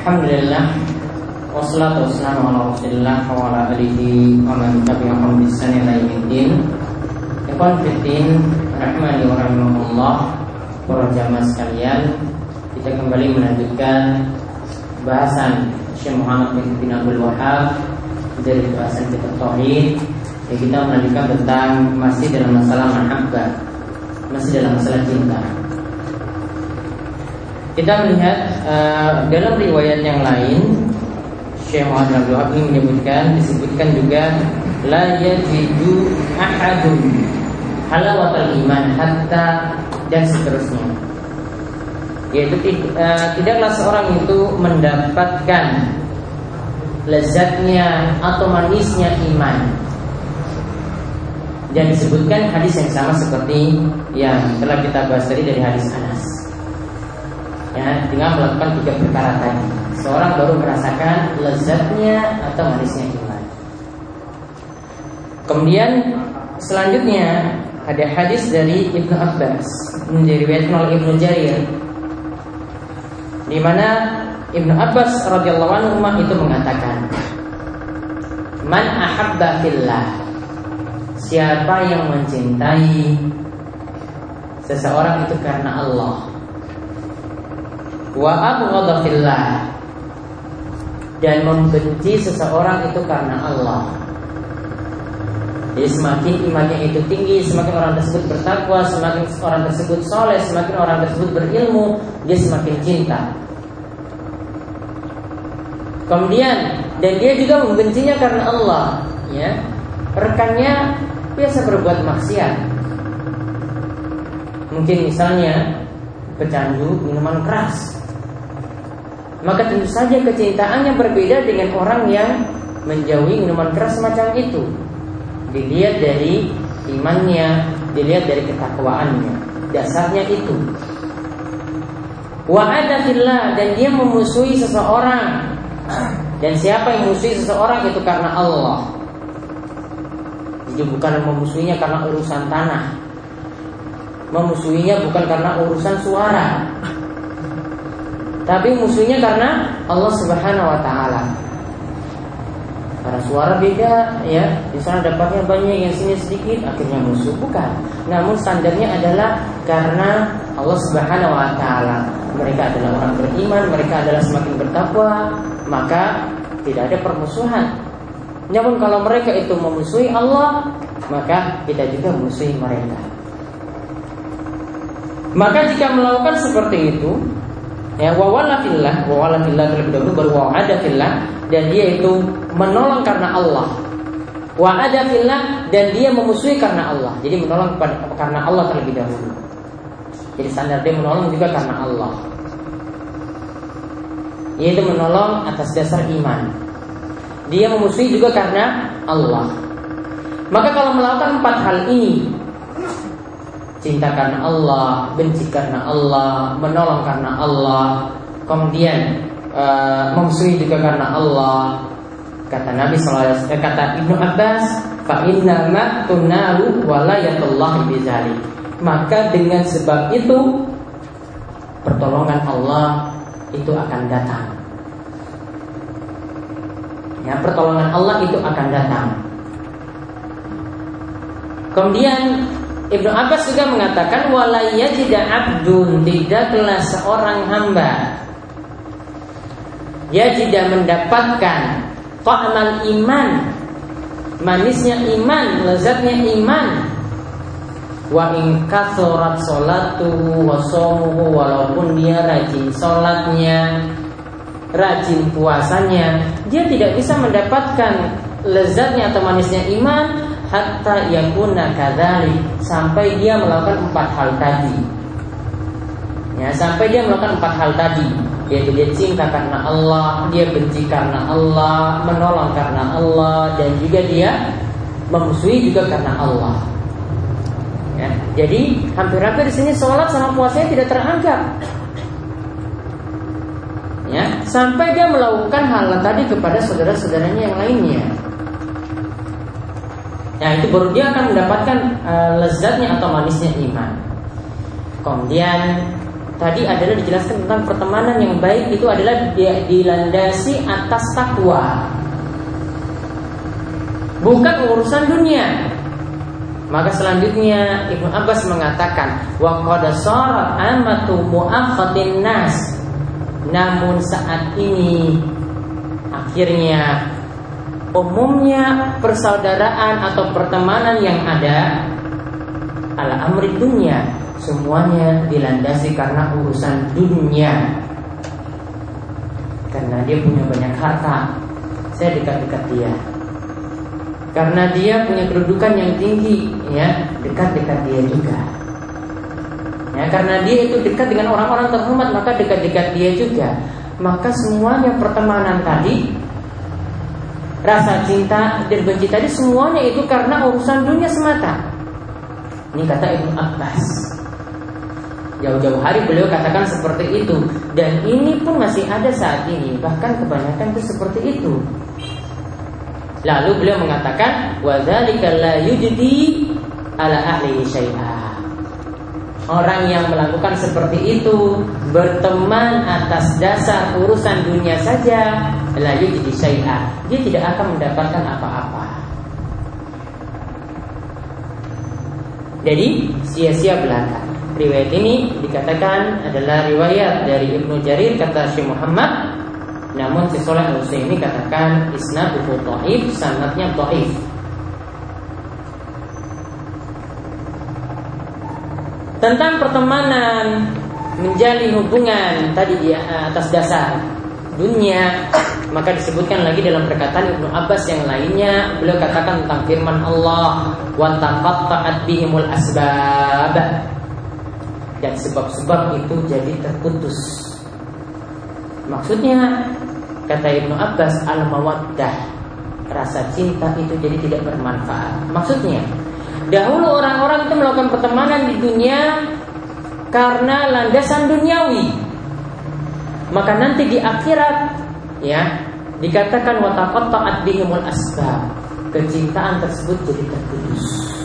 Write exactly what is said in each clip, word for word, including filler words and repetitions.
Alhamdulillah, wassalatu wassalamu ala Rasulillah wa ala alihi wa man tabi'ahum bi ihsan ila yaumiddin. Ikhwan fillah, rahimani wa rahimakumullah, para jamaah sekalian, kita kembali melanjutkan bahasan Syekh Muhammad bin Abdul Wahhab dari bahasan kitab tauhid. Ya, kita melanjutkan tentang masih dalam masalah mahabbah, masih dalam masalah cinta. Kita melihat uh, dalam riwayat yang lain, Syekh Muhammad bin Abdul Wahhab ini menyebutkan, disebutkan juga la yajidu ahadun halawatul iman hatta, dan seterusnya. Yaitu uh, tidaklah seorang itu mendapatkan lezatnya atau manisnya iman. Dan disebutkan hadis yang sama seperti yang telah kita bahas tadi dari hadis Anas. Ya, dengan melakukan tiga perkara tadi, seorang baru merasakan lezatnya atau manisnya iman. Kemudian selanjutnya ada hadis dari Ibnu Abbas, diriwayatkan oleh Ibnu Jarir, di mana Ibnu Abbas radhiyallahu anhu itu mengatakan, man ahabba fillah, siapa yang mencintai seseorang itu karena Allah, wa abghadha fillah, dan membenci seseorang itu karena Allah. Jadi semakin imannya itu tinggi, semakin orang tersebut bertakwa, semakin orang tersebut soleh, semakin orang tersebut berilmu, dia semakin cinta. Kemudian, dan dia juga membencinya karena Allah. Ya, rekannya biasa berbuat maksiat, mungkin misalnya pecandu minuman keras, maka tentu saja kecintaannya berbeda dengan orang yang menjauhi minuman keras semacam itu. Dilihat dari imannya, dilihat dari ketakwaannya, dasarnya itu. Wa ada fillah, dan dia memusuhi seseorang. Dan siapa yang memusuhi seseorang itu karena Allah. Jadi bukan memusuhinya karena urusan tanah, memusuhinya bukan karena urusan suara, tapi musuhnya karena Allah Subhanahu wa taala. Karena suara beda, ya, di sana dapatnya banyak, yang sini sedikit, akhirnya musuh. Bukan. Namun standarnya adalah karena Allah Subhanahu wa taala. Mereka adalah orang beriman, mereka adalah semakin bertakwa, maka tidak ada permusuhan. Namun kalau mereka itu memusuhi Allah, maka kita juga memusuhi mereka. Maka jika melakukan seperti itu, ya, wawala fillah, wawala fillah terlebih dahulu, baru wa'ada fillah, dan dia itu menolong karena Allah. Wa'ada fillah, dan dia memusuhi karena Allah. Jadi menolong karena Allah terlebih dahulu. Jadi standar dia menolong juga karena Allah, yaitu menolong atas dasar iman. Dia memusuhi juga karena Allah. Maka kalau melakukan empat hal ini, cinta karena Allah, benci karena Allah, menolong karena Allah, kemudian uh, memusuhi juga karena Allah, kata Nabi sallallahu alaihi wasallam, kata Ibnu Abbas, fa inna ma tunalu walayatullah bizalik, maka dengan sebab itu pertolongan Allah itu akan datang. Ya, pertolongan Allah itu akan datang. Kemudian Ibnu Abbas juga mengatakan, wala yajida abdun, tidaklah seorang hamba yajida mendapatkan ta'mal iman, manisnya iman, lezatnya iman, wa in kathurat sholatuhu wa shaumuhu, walaupun dia rajin sholatnya, rajin puasanya, dia tidak bisa mendapatkan lezatnya atau manisnya iman hatta yakuna kadzalik, sampai dia melakukan empat hal tadi. Ya, sampai dia melakukan empat hal tadi, yaitu dia cinta karena Allah, dia benci karena Allah, menolong karena Allah, dan juga dia memusuhi juga karena Allah. Ya, jadi hampir-hampir di sini sholat sama puasanya tidak teranggap. Ya, sampai dia melakukan hal tadi kepada saudara-saudaranya yang lainnya. Nah, itu baru dia akan mendapatkan uh, lezatnya atau manisnya iman. Kemudian tadi adalah dijelaskan tentang pertemanan yang baik itu adalah dia dilandasi atas takwa, bukan urusan dunia. Maka selanjutnya Ibnu Abbas mengatakan, wa qad sarat amatu mu'akhatin nas. Namun saat ini akhirnya umumnya persaudaraan atau pertemanan yang ada ala amri dunia, semuanya dilandasi karena urusan dunia. Karena dia punya banyak harta, saya dekat-dekat dia. Karena dia punya kedudukan yang tinggi, ya, dekat-dekat dia juga. Ya, karena dia itu dekat dengan orang-orang terhormat, maka dekat-dekat dia juga. Maka semuanya pertemanan tadi, rasa cinta dan benci tadi, semuanya itu karena urusan dunia semata. Ini kata Ibnu Abbas. Jauh-jauh hari beliau katakan seperti itu. Dan ini pun masih ada saat ini. Bahkan kebanyakan itu seperti itu. Lalu beliau mengatakan, wa dzalika la yujdi ala ahli syai'a. Orang yang melakukan seperti itu berteman atas dasar urusan dunia saja, la yujdi syai'a. Dia tidak akan mendapatkan apa-apa. Jadi sia-sia belaka. Riwayat ini dikatakan adalah riwayat dari Ibnu Jarir, kata Syekh Muhammad. Namun Syekh Shalih Al-Utsaimin katakan isnaduhu dhaif, sanadnya dhaif. Tentang pertemanan, menjalin hubungan tadi di atas dasar dunia, maka disebutkan lagi dalam perkataan Ibnu Abbas yang lainnya. Beliau katakan tentang firman Allah, wa taqatta'at bihimul asbab, dan sebab-sebab itu jadi terputus. Maksudnya, kata Ibnu Abbas, al-mawaddah, rasa cinta itu jadi tidak bermanfaat. Maksudnya, dahulu orang-orang itu melakukan pertemanan di dunia karena landasan duniawi. Maka nanti di akhirat, ya, dikatakan wa taqatta'at bihimul asbab, kecintaan tersebut jadi terputus.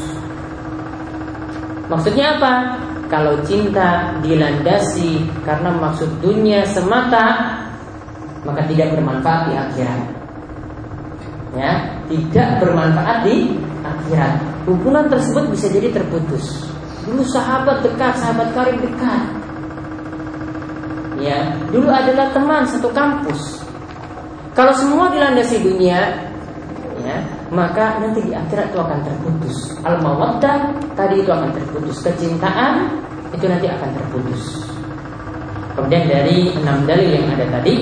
Maksudnya apa? Kalau cinta dilandasi karena maksud dunia semata, maka tidak bermanfaat di akhirat. Ya, tidak bermanfaat di akhirat. Hubungan tersebut bisa jadi terputus. Dulu sahabat dekat, sahabat karib dekat. Ya, dulu adalah teman satu kampus. Kalau semua dilandasi dunia, ya, maka nanti di akhirat itu akan terputus. Al-mawaddah tadi itu akan terputus. Kecintaan itu nanti akan terputus. Kemudian dari enam dalil yang ada tadi,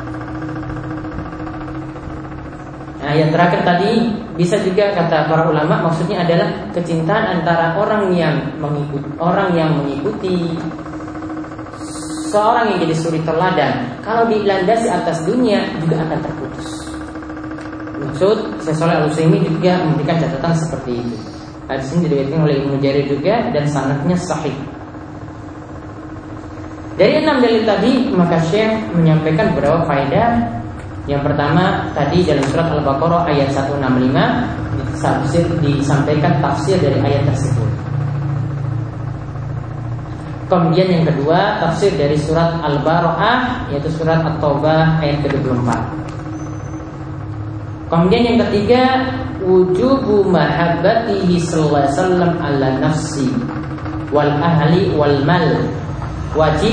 nah, yang terakhir tadi bisa juga kata para ulama, maksudnya adalah kecintaan antara orang yang mengikuti orang yang mengikuti seorang yang jadi suri teladan. Kalau dilandasi atas dunia juga akan terputus. Maksud Syekh Shalih Al-Utsaimin juga memberikan catatan seperti itu. Hadis ini diriwayatkan oleh Ibnu Jarir juga dan sanadnya sahih. Dari enam dalil tadi, maka Syekh menyampaikan beberapa faedah. Yang pertama tadi dalam surat Al-Baqarah ayat seratus enam puluh lima tafsir, disampaikan tafsir dari ayat tersebut. Kemudian yang kedua tafsir dari surat Al-Bara'ah, yaitu surat At-Taubah ayat ke dua puluh empat. Kemudian yang ketiga wujubu mahabbatihi sallallahu alaihi wasallam ala nafsi wal ahli wal mal. Wajib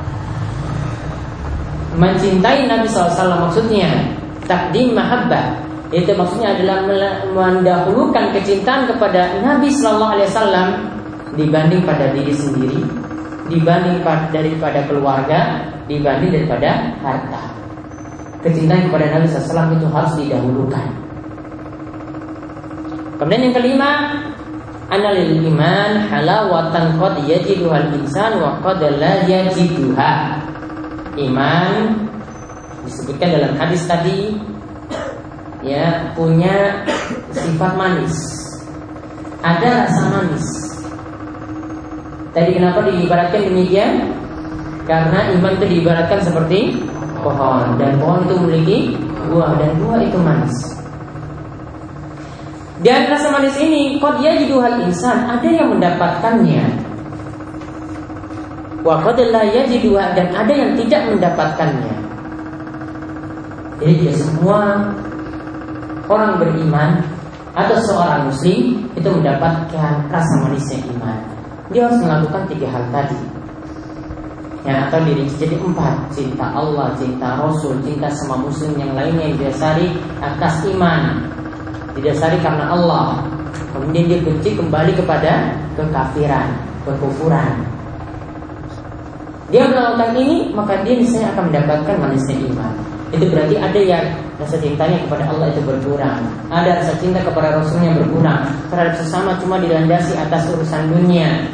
mencintai Nabi shallallahu alaihi wasallam, maksudnya takdim mahabbah, itu maksudnya adalah mendahulukan kecintaan kepada Nabi shallallahu alaihi wasallam dibanding pada diri sendiri, dibanding daripada keluarga, dibanding daripada harta. Kecintaan kepada Nabi shallallahu alaihi wasallam itu harus didahulukan. Kemudian yang kelima, analil iman halawatan qad yajiduhal insan wa qad la yajiduha. Iman disebutkan dalam hadis tadi, ya, punya sifat manis. Ada rasa manis. Tadi kenapa diibaratkan demikian? Karena iman itu diibaratkan seperti pohon, dan pohon itu memiliki buah, dan buah itu manis. Dan rasa manis ini qad yajiduhal insan, ada yang mendapatkannya wa qad la yajiduha, dan ada yang tidak mendapatkannya. Jadi dia semua orang beriman atau seorang muslim itu mendapatkan rasa manisnya iman. Dia harus melakukan tiga hal tadi, ya, atau diri jadi empat: cinta Allah, cinta Rasul, cinta sama muslim yang lainnya yang didasari atas iman, didasari karena Allah. Kemudian dia benci kembali kepada kekafiran, kekufuran. Dia melakukan ini, maka dia misalnya akan mendapatkan manisnya iman. Itu berarti ada yang rasa cintanya kepada Allah itu berkurang, ada rasa cinta kepada Rasulnya berkurang, terhadap sesama cuma dilandasi atas urusan dunia.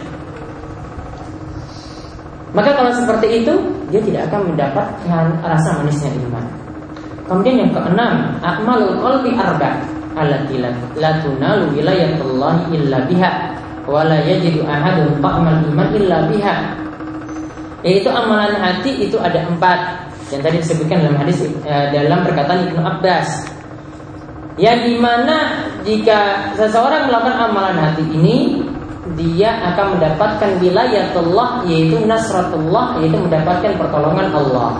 Maka kalau seperti itu, dia tidak akan mendapatkan rasa manisnya iman. Kemudian yang keenam, a'malul qalbi arba' allati la tunalu wilayatullahi illa biha wa la yajidu ahadun ta'mal iman illa biha. Yaitu amalan hati itu ada empat yang tadi disebutkan dalam hadis, dalam perkataan Ibnu Abbas, yang dimana jika seseorang melakukan amalan hati ini, dia akan mendapatkan wilayatullah, yaitu nasratullah, yaitu mendapatkan pertolongan Allah.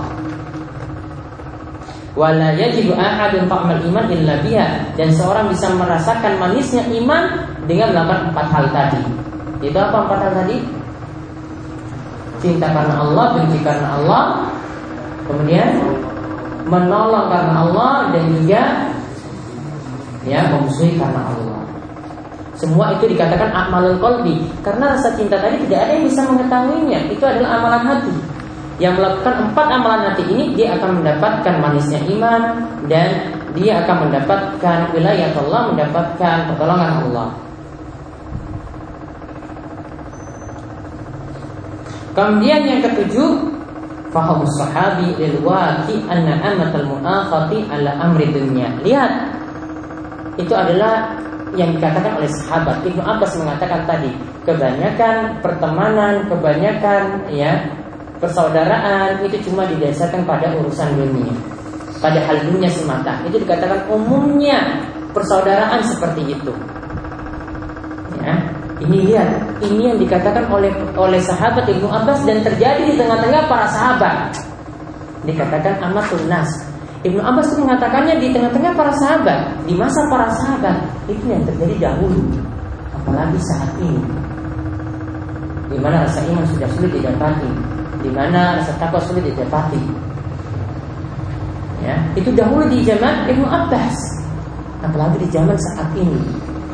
Wala yajibu ahadun ta'mal iman illa biha, dan seorang bisa merasakan manisnya iman dengan melakukan empat hal tadi. Itu apa empat hal tadi? Cinta karena Allah, benci karena Allah, kemudian menolong karena Allah, dan juga ya memusuhi karena Allah. Semua itu dikatakan a'malul qalbi, karena rasa cinta tadi tidak ada yang bisa mengetahuinya. Itu adalah amalan hati. Yang melakukan empat amalan hati ini, dia akan mendapatkan manisnya iman, dan dia akan mendapatkan wilayah Allah, mendapatkan pertolongan Allah. Kemudian yang ketujuh, fahamus sahabi lil waqi anna amatal mu'akhati ala amri dunya. Lihat, itu adalah yang dikatakan oleh sahabat. Ibnu Abbas mengatakan tadi, kebanyakan pertemanan, kebanyakan ya persaudaraan itu cuma didasarkan pada urusan dunia, pada hal dunia semata. Itu dikatakan umumnya persaudaraan seperti itu. Ya, ini lihat, ini yang dikatakan oleh oleh sahabat Ibnu Abbas dan terjadi di tengah-tengah para sahabat. Dikatakan amatun nas. Ibnu Abbas itu mengatakannya di tengah-tengah para sahabat, di masa para sahabat. Itu yang terjadi dahulu, apalagi saat ini, di mana rasa iman sudah sulit didapati, di mana rasa takwa sulit didapati. Ya, itu dahulu di zaman Ibnu Abbas, apalagi di zaman saat ini.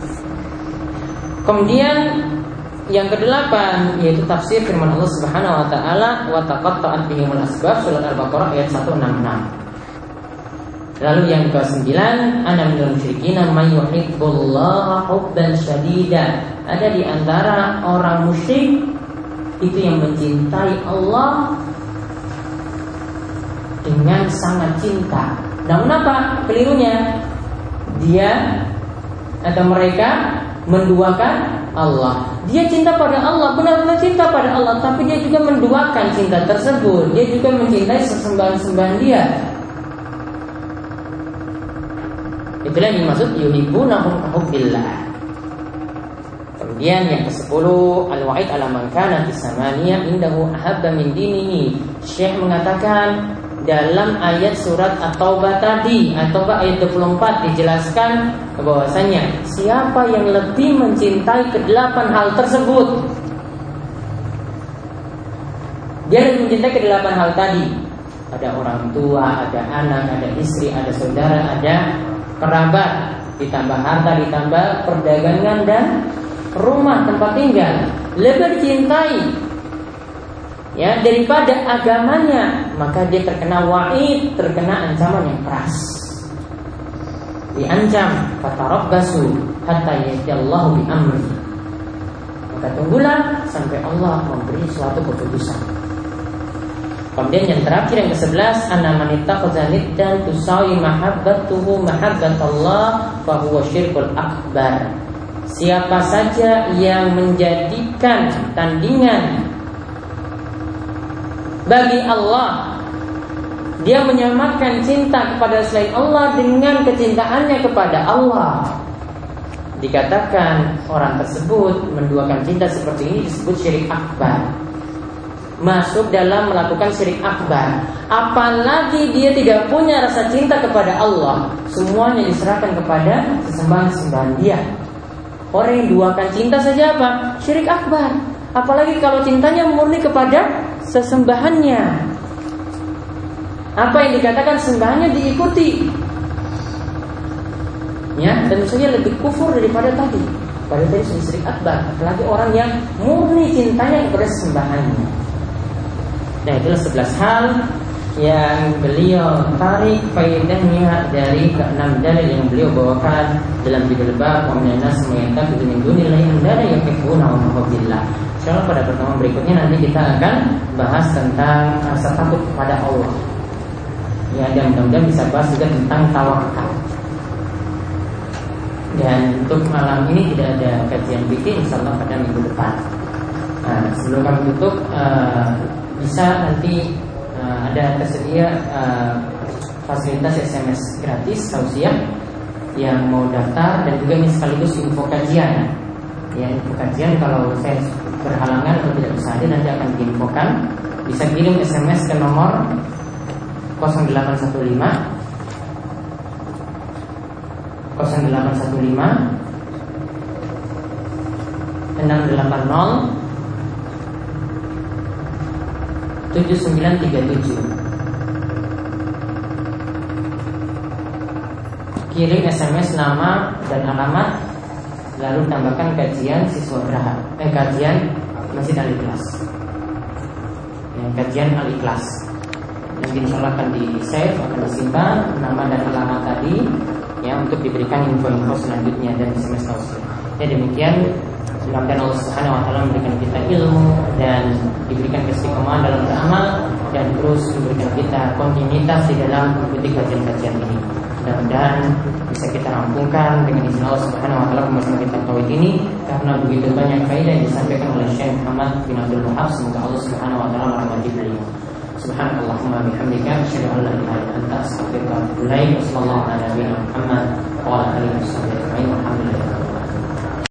Kemudian yang kedelapan, yaitu tafsir firman Allah Subhanahu wa taala, wa taqatta'at bihimul asbab, surat Al-Baqarah ayat seratus enam puluh enam. Lalu yang kesembilan, ana minal musyrikin may yuhibbullaha hubban syadida. Ada di antara orang musyrik itu yang mencintai Allah dengan sangat cinta. Namun apa kelirunya? Dia atau mereka menduakan Allah. Dia cinta pada Allah, benar-benar cinta pada Allah, tapi dia juga menduakan cinta tersebut. Dia juga mencintai sesembahan-sembahan dia. Itulah yang dimaksud yuhibbunahum kahubbillah. Kemudian yang kesepuluh, al-wa'id ala man kana fis samaniyah indahu ahabba min dinihi. Syekh mengatakan dalam ayat surat At-Taubah tadi, At-Taubah ayat dua puluh empat dijelaskan bahwasanya siapa yang lebih mencintai kedelapan hal tersebut, dia lebih mencintai kedelapan hal tadi. Ada orang tua, ada anak, ada istri, ada saudara, ada kerabat, ditambah harta, ditambah perdagangan dan rumah tempat tinggal, lebih dicintai ya daripada agamanya, maka dia terkena wa'id, terkena ancaman yang keras. Diancam, fatarabbasu hatta ya'tiyallahu bi amri. Maka tunggulah sampai Allah memberi suatu keputusan. Kemudian yang terakhir yang kesebelas, anna man ittakhadha niddan tusawi mahabbatuhu mahabbatallah fa huwa syirkul akbar. Siapa saja yang menjadikan tandingan bagi Allah, dia menyamakan cinta kepada selain Allah dengan kecintaannya kepada Allah, dikatakan orang tersebut menduakan cinta seperti ini disebut syirik akbar. masuk dalam melakukan syirik akbar. Apalagi dia tidak punya rasa cinta kepada Allah, semuanya diserahkan kepada sesembahan-sesembahan dia. Orang yang duakan cinta saja apa? Syirik akbar. Apalagi kalau cintanya murni kepada sesembahannya. Apa yang dikatakan sembahannya diikuti, ya, tentu saja lebih kufur daripada tadi. Pada tadi sudah syirik akbar. Apalagi orang yang murni cintanya kepada sembahannya. Nah, itulah sebelas hal yang beliau tarik faedahnya dari keenam dalil yang beliau bawakan dalam judul bab wa minan nas may yattakhidhu min dunillahi andada yuhibbuna wa yuhibbillah. Insyaallah pada pertemuan berikutnya nanti kita akan bahas tentang rasa takut kepada Allah. Ya, dan mudah-mudahan bisa bahas juga tentang tawakal. Dan untuk malam ini tidak ada kajian fikih, insyaallah pada minggu depan. Nah, sebelum kami tutup, uh, bisa nanti uh, ada tersedia uh, fasilitas S M S gratis tausiah yang mau daftar, dan juga ini sekaligus info kajian. Ya, info kajian kalau saya berhalangan atau tidak bisa hadir nanti akan diinfokan. Bisa kirim S M S ke nomor nol delapan satu lima nol delapan satu lima enam delapan nol tujuh sembilan tiga tujuh. Kirim S M S nama dan alamat, lalu tambahkan kajian siswa Geraha, eh kajian Masjid Al-Ikhlas, ya, kajian Al-Ikhlas. Nanti insyaallah akan di save, akan disimpan nama dan alamat tadi, ya, untuk diberikan info-info selanjutnya dan S M S tausiah. Ya, demikian. Mudah-mudahan Allah Subhanahu wa taala memberikan kita ilmu dan diberikan keistiqomahan dalam beramal, dan terus memberikan kita kontinuitas di dalam mengikuti kajian-kajian ini. Mudah-mudahan bisa kita rampungkan dengan izin Allah Subhanahu wa taala pembahasan kitab tauhid ini, karena begitu banyak faedah yang disampaikan oleh Syekh Muhammad bin Abdul Wahhab. Semoga Allah Subhanahu wa taala merahmati beliau. Subhanallahumma bihamdika asyhadu an la ilaha illa anta astaghfiruka wa atubu ilaik. Wassallallahu ala nabiyyina Muhammad wa ala alihi wasallam. Alhamdulillah.